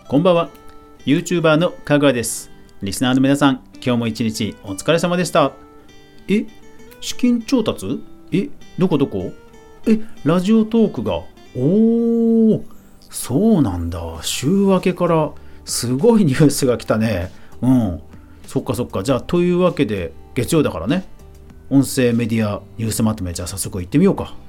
こんばんは。 YouTuber のかぐわです。リスナーの皆さん、今日も一日お疲れ様でした。資金調達？どこ？ラジオトークが。そうなんだ。週明けからすごいニュースが来たね。そっか。じゃあというわけで月曜だからね、音声メディアニュースまとめ、じゃあ早速行ってみようか。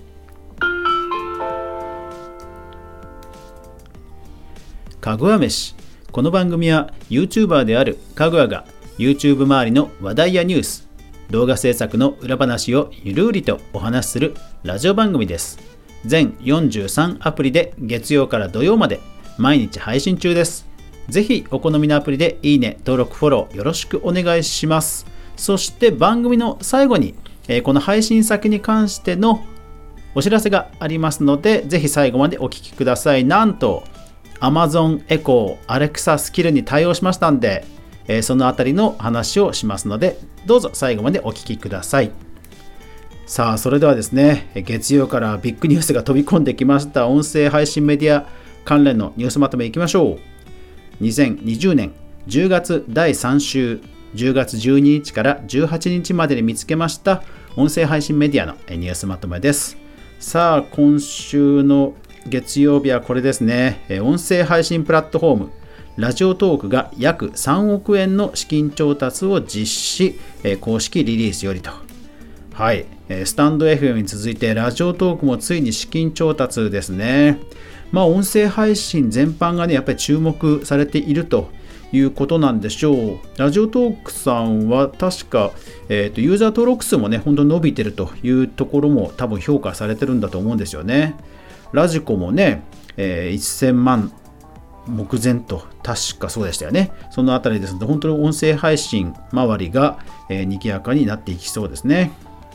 かぐわ飯。この番組は YouTuber であるかぐわが YouTube 周りの話題やニュース、動画制作の裏話をゆるりとお話しするラジオ番組です。全43アプリで月曜から土曜まで毎日配信中です。ぜひお好みのアプリでいいね、登録、フォローよろしくお願いします。そして番組の最後に、この配信先に関してのお知らせがありますので、ぜひ最後までお聞きください。なんとAmazon Echo Alexa スキルに対応しましたんで、そのあたりの話をしますので、どうぞ最後までお聞きください。さあ、それではですね、月曜からビッグニュースが飛び込んできました。音声配信メディア関連のニュースまとめいきましょう。2020年10月第3週、10月12日から18日までに見つけました音声配信メディアのニュースまとめです。さあ、今週の月曜日はこれですね。音声配信プラットフォームラジオトークが約3億円の資金調達を実施、公式リリースよりと。はい、スタンド FM に続いてラジオトークもついに資金調達ですね。音声配信全般がね、やっぱり注目されているということなんでしょう。ラジオトークさんは確か、ユーザー登録数もね、本当に伸びてるというところも多分評価されてるんだと思うんですよね。ラジコもね、1000万目前と確かそうでしたよね。そのあたりですので、本当に音声配信周りが、賑やかになっていきそうですね。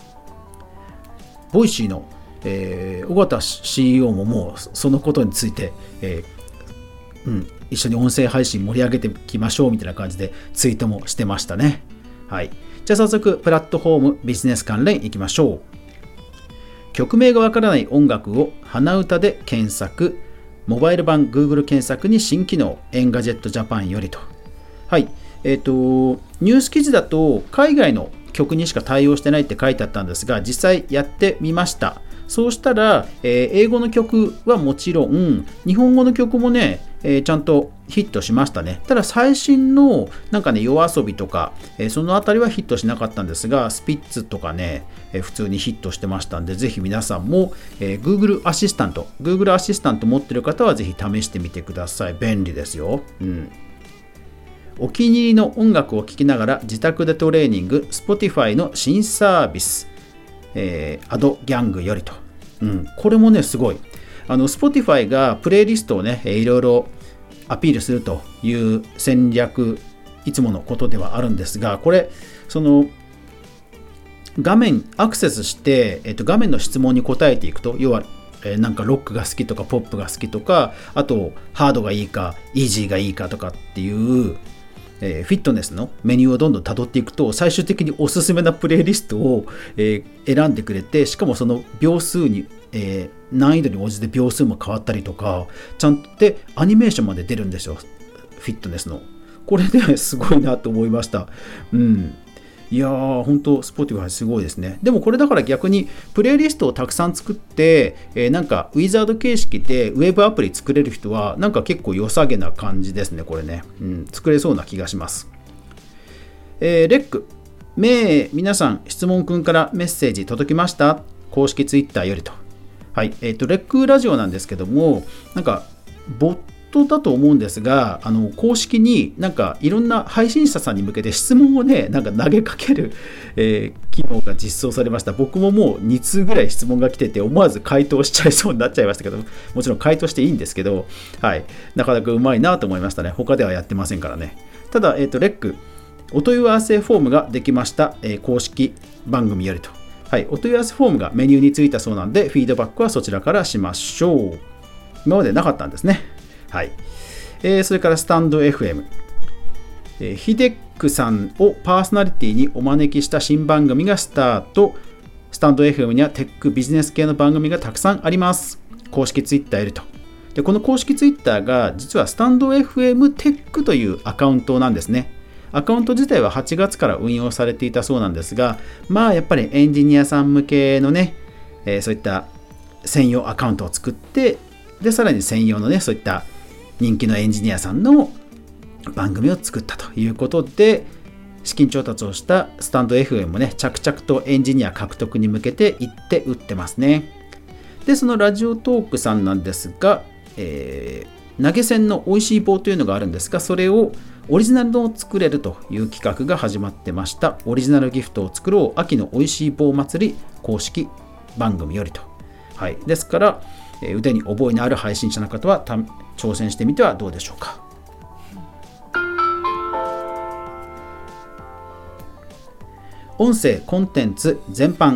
ボイシーの、尾形 CEO ももうそのことについて、一緒に音声配信盛り上げていきましょうみたいな感じでツイートもしてましたね。はい。じゃあ早速プラットフォームビジネス関連いきましょう。曲名がわからない音楽を鼻歌で検索、モバイル版 Google 検索に新機能、エンガジェットジャパンよりと。はい。ニュース記事だと海外の曲にしか対応してないって書いてあったんですが、実際やってみました。そうしたら、英語の曲はもちろん、日本語の曲もね、ちゃんとヒットしましたね。ただ最新の夜遊びとか、そのあたりはヒットしなかったんですが、スピッツとかね、普通にヒットしてましたんで、ぜひ皆さんも、Google アシスタント持ってる方はぜひ試してみてください。便利ですよ。お気に入りの音楽を聴きながら自宅でトレーニング、 Spotify の新サービス、アドギャングよりと。これもね、すごい。Spotify がプレイリストをね、いろいろアピールするという戦略、いつものことではあるんですが、これ、その画面アクセスして、画面の質問に答えていくと、要は、なんかロックが好きとかポップが好きとか、あとハードがいいかイージーがいいかとかっていう、フィットネスのメニューをどんどん辿っていくと、最終的におすすめなプレイリストを、選んでくれて、しかもその秒数に、難易度に応じて秒数も変わったりとか、ちゃんとでアニメーションまで出るんですよ、フィットネスの。これね、すごいなと思いました。いやー、本当 Spotify すごいですね。でもこれだから逆にプレイリストをたくさん作って、なんかウィザード形式でウェブアプリ作れる人はなんか結構良さげな感じですね、これね。作れそうな気がします。レック皆さん、質問くんからメッセージ届きました？公式ツイッターよりと。はい。レックラジオなんですけども、なんかボットだと思うんですが、公式になんかいろんな配信者さんに向けて質問をね、なんか投げかける、機能が実装されました。僕ももう2通ぐらい質問が来てて、思わず回答しちゃいそうになっちゃいましたけど、もちろん回答していいんですけど、はい。なかなかうまいなと思いましたね。他ではやってませんからね。ただ、レック、お問い合わせフォームができました、公式番組よりと。はい。お問い合わせフォームがメニューについたそうなんで、フィードバックはそちらからしましょう。今までなかったんですね。はい。それからスタンド FM。ヒデックさんをパーソナリティにお招きした新番組がスタート。スタンド FM にはテックビジネス系の番組がたくさんあります。公式ツイッターいると。 でこの公式ツイッターが実はスタンド FM テックというアカウントなんですね。アカウント自体は8月から運用されていたそうなんですが、やっぱりエンジニアさん向けのね、そういった専用アカウントを作って、でさらに専用のね、そういった人気のエンジニアさんの番組を作ったということで、資金調達をしたスタンド FM もね、着々とエンジニア獲得に向けて一手打ってますね。で、そのラジオトークさんなんですが、投げ銭の美味しい棒というのがあるんですが、それをオリジナルのを作れるという企画が始まってました。オリジナルギフトを作ろう秋の美味しい棒祭り公式番組よりと。はい、ですから、腕に覚えのある配信者の方は挑戦してみてはどうでしょうか。音声コンテンツ全般、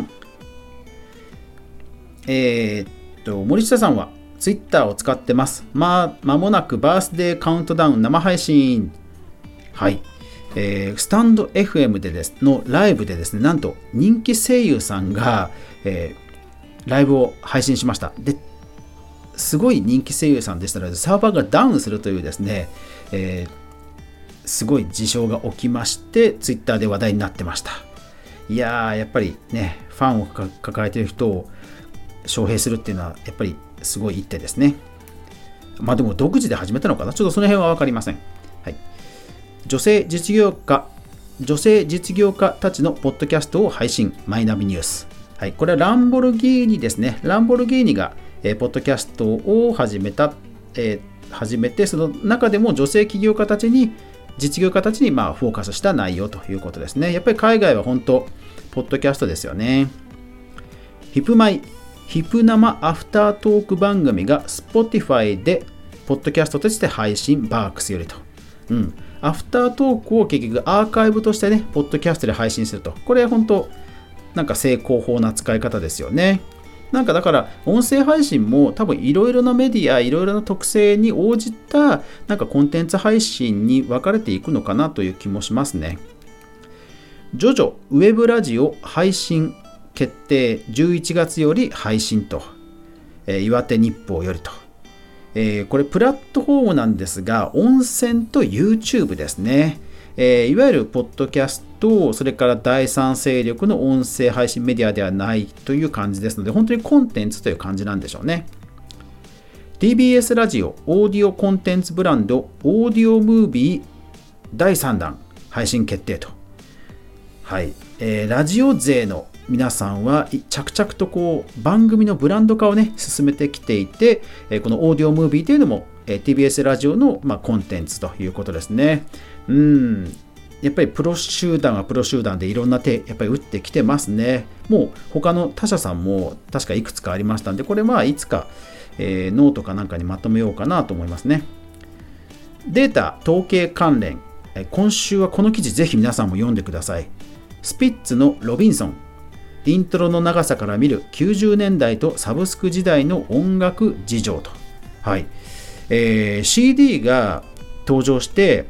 森下さんはツイッターを使ってます。間もなくバースデーカウントダウン生配信。はい。スタンド FM でのライブでですね、なんと人気声優さんが、ライブを配信しました。ですごい人気声優さんでしたので、サーバーがダウンするというですね、すごい事象が起きまして、ツイッターで話題になってました。いやー、やっぱりね、ファンを抱えている人を招聘するっていうのは、やっぱりすごい一手ですね。でも独自で始めたのかな、ちょっとその辺は分かりません。はい、女性実業家たちのポッドキャストを配信、マイナビニュース。はい、これはランボルギーニですね。ランボルギーニが、ポッドキャストを始めて、その中でも女性実業家たちにフォーカスした内容ということですね。やっぱり海外は本当、ポッドキャストですよね。ヒプ生アフタートーク番組が Spotify でポッドキャストとして配信、バークスよりと。アフタートークを結局アーカイブとしてね、ポッドキャストで配信すると。これ本当、なんか成功法な使い方ですよね。だから音声配信も多分いろいろなメディア、いろいろな特性に応じたなんかコンテンツ配信に分かれていくのかなという気もしますね。ジョジョウェブラジオ配信決定、11月より配信と、岩手日報よりと、これプラットフォームなんですが、音声と YouTube ですね。いわゆるポッドキャスト、それから第三勢力の音声配信メディアではないという感じですので、本当にコンテンツという感じなんでしょうね。TBS ラジオオーディオコンテンツブランドオーディオムービー第3弾配信決定と。はい、ラジオ勢の皆さんは着々とこう番組のブランド化をね進めてきていて、このオーディオムービーというのも TBS ラジオのコンテンツということですね。やっぱりプロ集団はプロ集団でいろんな手やっぱり打ってきてますね。もう他の他社さんも確かいくつかありましたんで、これいつか、ノートかなんかにまとめようかなと思いますね。データ統計関連、今週はこの記事ぜひ皆さんも読んでください。スピッツのロビンソン、イントロの長さから見る90年代とサブスク時代の音楽事情と。はい、CD が登場して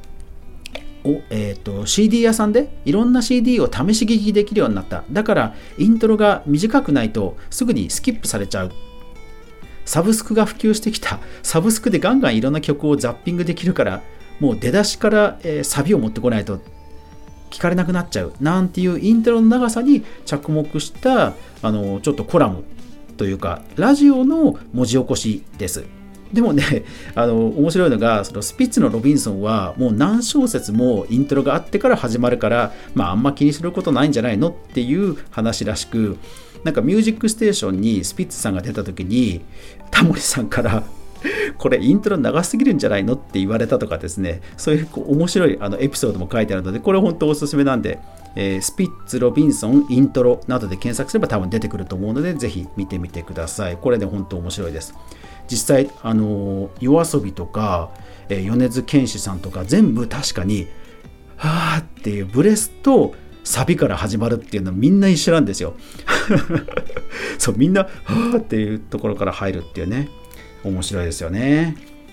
CD 屋さんでいろんな CD を試し聞きできるようになった。だからイントロが短くないとすぐにスキップされちゃう。サブスクが普及してきた。サブスクでガンガンいろんな曲をザッピングできるから、もう出だしから、サビを持ってこないと聞かれなくなっちゃうなんていうイントロの長さに着目したちょっとコラムというかラジオの文字起こしです。でもね、面白いのがそのスピッツのロビンソンはもう何小節もイントロがあってから始まるから、あんま気にすることないんじゃないのっていう話らしく、なんかミュージックステーションにスピッツさんが出た時にタモリさんからこれイントロ長すぎるんじゃないのって言われたとかですね、そういう面白いエピソードも書いてあるので、これ本当おすすめなんで、スピッツ、ロビンソン、イントロなどで検索すれば多分出てくると思うので、ぜひ見てみてください。これで本当面白いです。実際YOASOBIとか、米津玄師さんとか全部確かにはーっていうブレスとサビから始まるっていうのはみんな一緒なんですよそう、みんなはーっていうところから入るっていうね、面白いですよね。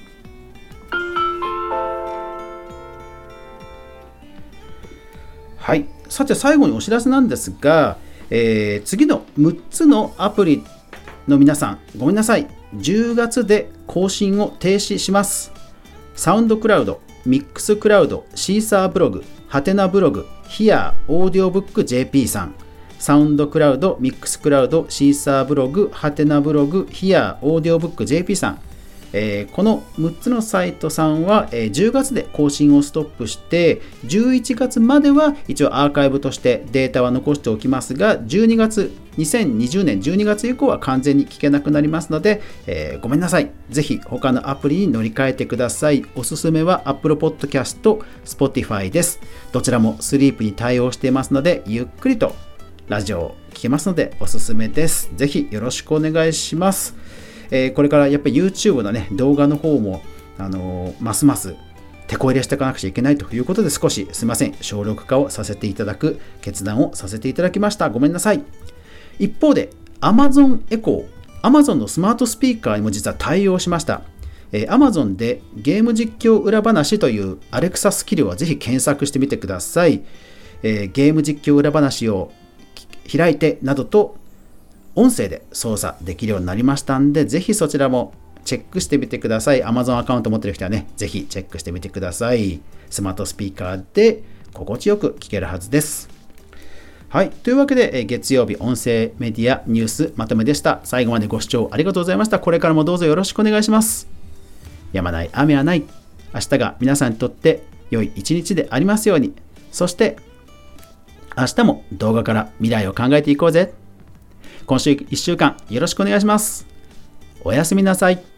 はい、さて最後にお知らせなんですが、次の6つのアプリの皆さんごめんなさい、 10月で更新を停止します。サウンドクラウド、ミックスクラウド、シーサーブログ、ハテナブログ、ヒアー、オーディオブック JP さん、サウンドクラウド、ミックスクラウド、シーサーブログ、ハテナブログ、ヒアー、オーディオブック JP さん、この6つのサイトさんは、10月で更新をストップして11月までは一応アーカイブとしてデータは残しておきますが、2020年12月以降は完全に聞けなくなりますので、ごめんなさい。ぜひ他のアプリに乗り換えてください。おすすめは Apple Podcast、Spotify です。どちらもスリープに対応していますので、ゆっくりとラジオを聞けますのでおすすめです。ぜひよろしくお願いします。これからやっぱり YouTube のね、動画の方も、ますます手こ入れしていかなくちゃいけないということで、少しすいません、省力化をさせていただく決断をさせていただきました。ごめんなさい。一方で Amazon Echo、Amazon のスマートスピーカーにも実は対応しました。Amazon でゲーム実況裏話という Alexa スキルをぜひ検索してみてください。ゲーム実況裏話を開いてなどと音声で操作できるようになりましたんで、ぜひそちらもチェックしてみてください。Amazon アカウント持ってる人はね、ぜひチェックしてみてください。スマートスピーカーで心地よく聞けるはずです。はい。というわけで、月曜日音声メディアニュースまとめでした。最後までご視聴ありがとうございました。これからもどうぞよろしくお願いします。やまない雨はない。明日が皆さんにとって良い一日でありますように。そして明日も動画から未来を考えていこうぜ。今週1週間よろしくお願いします。おやすみなさい。